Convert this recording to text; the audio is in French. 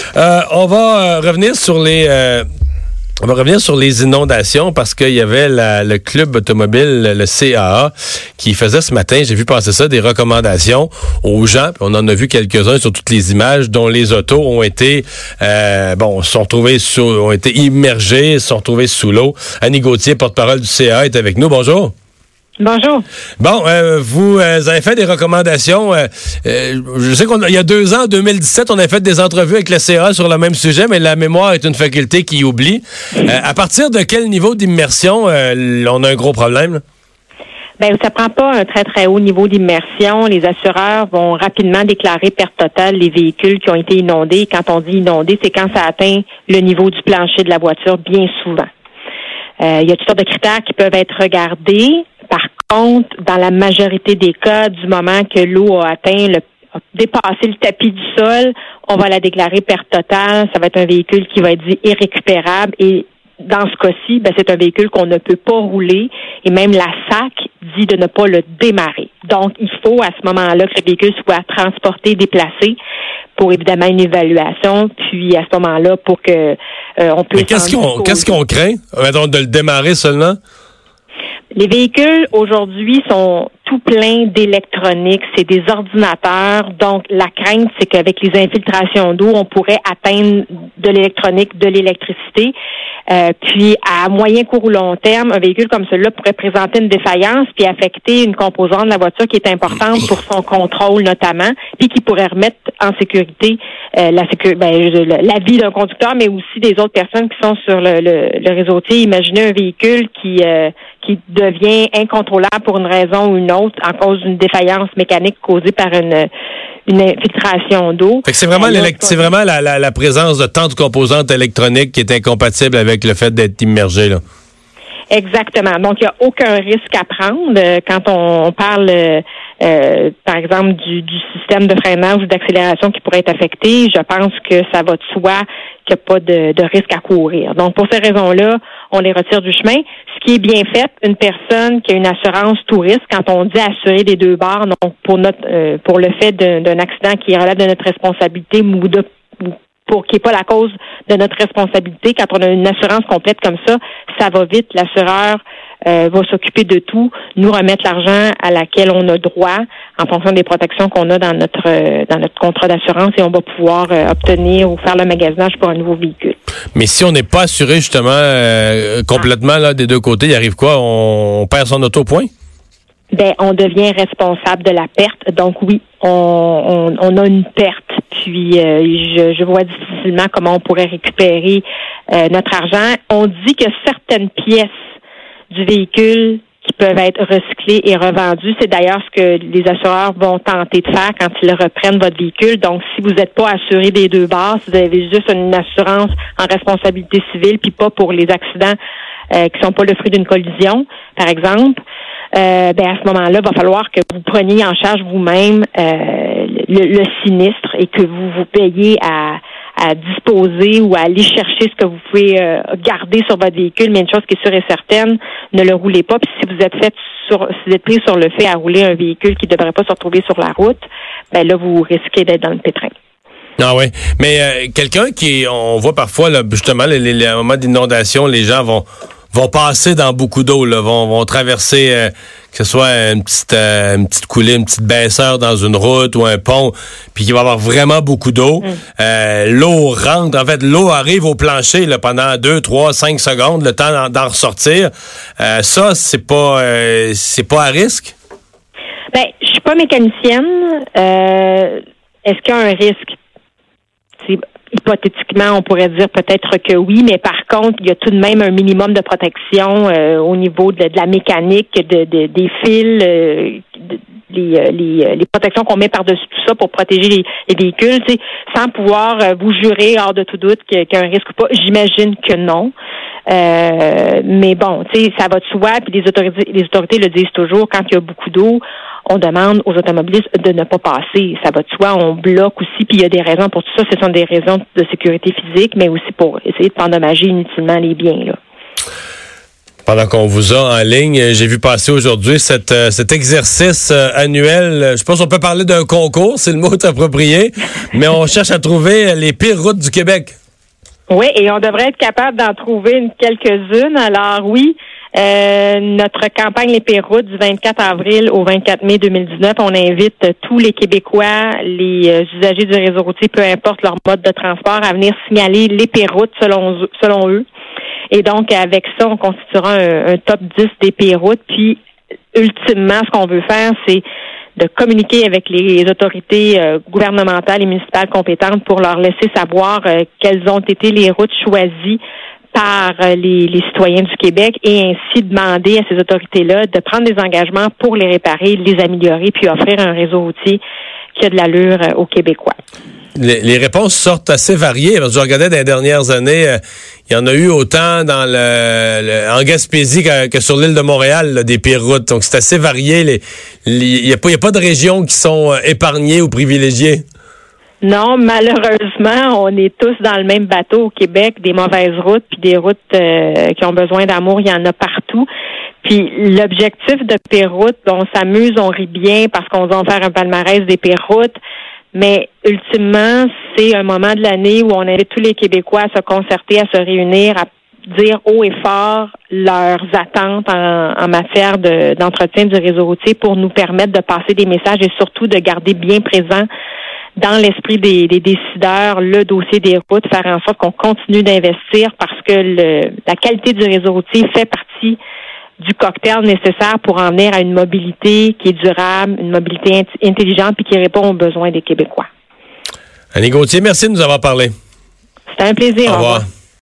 On va revenir sur les inondations parce qu'il y avait le club automobile, le CAA, qui faisait ce matin, j'ai vu passer ça, des recommandations aux gens. Puis on en a vu quelques-uns sur toutes les images dont les autos ont été, ont été immergées, se sont retrouvées sous l'eau. Annie Gauthier, porte-parole du CAA, est avec nous. Bonjour. Bonjour. Bon, vous avez fait des recommandations. Je sais qu'il y a 2 ans, en 2017, on a fait des entrevues avec le CA sur le même sujet, mais la mémoire est une faculté qui oublie. À partir de quel niveau d'immersion on a un gros problème? Là? Ben, ça prend pas un très, très haut niveau d'immersion. Les assureurs vont rapidement déclarer perte totale les véhicules qui ont été inondés. Quand on dit inondés, c'est quand ça atteint le niveau du plancher de la voiture, bien souvent. Il y a toutes sortes de critères qui peuvent être regardés. Par contre, dans la majorité des cas, du moment que l'eau a dépassé le tapis du sol, on va la déclarer perte totale. Ça va être un véhicule qui va être dit irrécupérable. Et dans ce cas-ci, c'est un véhicule qu'on ne peut pas rouler. Et même la SAC dit de ne pas le démarrer. Donc, il faut à ce moment-là que le véhicule soit transporté, déplacé pour évidemment une évaluation. Puis à ce moment-là, pour que on puisse... Mais qu'est-ce qu'on craint? Mettons, de le démarrer seulement? Les véhicules, aujourd'hui, sont tout pleins d'électronique. C'est des ordinateurs. Donc, la crainte, c'est qu'avec les infiltrations d'eau, on pourrait atteindre de l'électronique, de l'électricité. Puis, à moyen, court ou long terme, un véhicule comme celui-là pourrait présenter une défaillance puis affecter une composante de la voiture qui est importante pour son contrôle, notamment, puis qui pourrait remettre en sécurité la vie d'un conducteur, mais aussi des autres personnes qui sont sur le réseautier. Imaginez un véhicule qui devient incontrôlable pour une raison ou une autre en cause d'une défaillance mécanique causée par une infiltration d'eau. Fait que c'est vraiment la présence de tant de composantes électroniques qui est incompatible avec le fait d'être immergé, là. Exactement. Donc, il n'y a aucun risque à prendre quand on parle, par exemple, du système de freinage ou d'accélération qui pourrait être affecté. Je pense que ça va de soi qu'il n'y a pas de risque à courir. Donc, pour ces raisons-là, on les retire du chemin. Ce qui est bien fait, une personne qui a une assurance tout risque, quand on dit assurer des 2 barres, donc pour le fait d'un accident qui relève de notre responsabilité ou pour qui n'est pas la cause de notre responsabilité, quand on a une assurance complète comme ça va vite. L'assureur va s'occuper de tout, nous remettre l'argent à laquelle on a droit en fonction des protections qu'on a dans notre contrat d'assurance et on va pouvoir obtenir ou faire le magasinage pour un nouveau véhicule. Mais si on n'est pas assuré justement complètement là des deux côtés, il arrive quoi? On perd son auto, point? On devient responsable de la perte. Donc oui, on a une perte. Puis je vois difficilement comment on pourrait récupérer notre argent. On dit que certaines pièces du véhicule qui peuvent être recyclées et revendues. C'est d'ailleurs ce que les assureurs vont tenter de faire quand ils reprennent votre véhicule. Donc, si vous n'êtes pas assuré des 2 barres, si vous avez juste une assurance en responsabilité civile, puis pas pour les accidents qui sont pas le fruit d'une collision, par exemple, à ce moment-là, il va falloir que vous preniez en charge vous-même le sinistre et que vous payiez à disposer ou à aller chercher ce que vous pouvez garder sur votre véhicule. Mais une chose qui est sûre et certaine, ne le roulez pas. Puis si vous êtes pris sur le fait à rouler un véhicule qui ne devrait pas se retrouver sur la route, là, vous risquez d'être dans le pétrin. Ah oui, mais quelqu'un on voit parfois là, justement les moments d'inondation, les gens vont passer dans beaucoup d'eau, là, vont traverser que ce soit une petite coulée, une petite baisseur dans une route ou un pont, puis qu'il va y avoir vraiment beaucoup d'eau. L'eau rentre, en fait, l'eau arrive au plancher là, pendant 2, 3, 5 secondes, le temps d'en ressortir. Ça, c'est pas à risque? Je suis pas mécanicienne. Est-ce qu'il y a un risque? Hypothétiquement, on pourrait dire peut-être que oui, mais par contre, il y a tout de même un minimum de protection au niveau de la mécanique, des fils, les protections qu'on met par-dessus tout ça pour protéger les véhicules, sans pouvoir vous jurer hors de tout doute qu'il y a un risque ou pas. J'imagine que non. Mais bon, ça va de soi, puis les autorités le disent toujours, quand il y a beaucoup d'eau, on demande aux automobilistes de ne pas passer. Ça va de soi, on bloque aussi, puis il y a des raisons pour tout ça. Ce sont des raisons de sécurité physique, mais aussi pour essayer de pas endommager inutilement les biens, là. Pendant qu'on vous a en ligne, j'ai vu passer aujourd'hui cet exercice annuel. Je pense qu'on peut parler d'un concours, c'est le mot approprié, mais on cherche à trouver les pires routes du Québec. Oui, et on devrait être capable d'en trouver quelques-unes. Alors oui, notre campagne Les pires routes du 24 avril au 24 mai 2019, on invite tous les Québécois, les usagers du réseau routier, peu importe leur mode de transport, à venir signaler les pires routes selon eux. Et donc, avec ça, on constituera un top 10 des pires routes. Puis, ultimement, ce qu'on veut faire, c'est de communiquer avec les autorités gouvernementales et municipales compétentes pour leur laisser savoir quelles ont été les routes choisies par les citoyens du Québec et ainsi demander à ces autorités-là de prendre des engagements pour les réparer, les améliorer, puis offrir un réseau routier qui a de l'allure aux Québécois. Les réponses sortent assez variées. Parce que je regardais dans les dernières années, il y en a eu autant dans en Gaspésie que sur l'île de Montréal, là, des pires routes. Donc, c'est assez varié. Il y a pas de régions qui sont épargnées ou privilégiées. Non, malheureusement, on est tous dans le même bateau au Québec, des mauvaises routes, puis des routes qui ont besoin d'amour, il y en a partout. Puis l'objectif de pires routes, on s'amuse, on rit bien parce qu'on va faire un palmarès des pires routes. Mais ultimement, c'est un moment de l'année où on invite tous les Québécois à se concerter, à se réunir, à dire haut et fort leurs attentes en matière d'entretien du réseau routier pour nous permettre de passer des messages et surtout de garder bien présent dans l'esprit des décideurs le dossier des routes, faire en sorte qu'on continue d'investir parce que la qualité du réseau routier fait partie du cocktail nécessaire pour en venir à une mobilité qui est durable, une mobilité intelligente puis qui répond aux besoins des Québécois. Annie Gauthier, merci de nous avoir parlé. C'était un plaisir. Au revoir.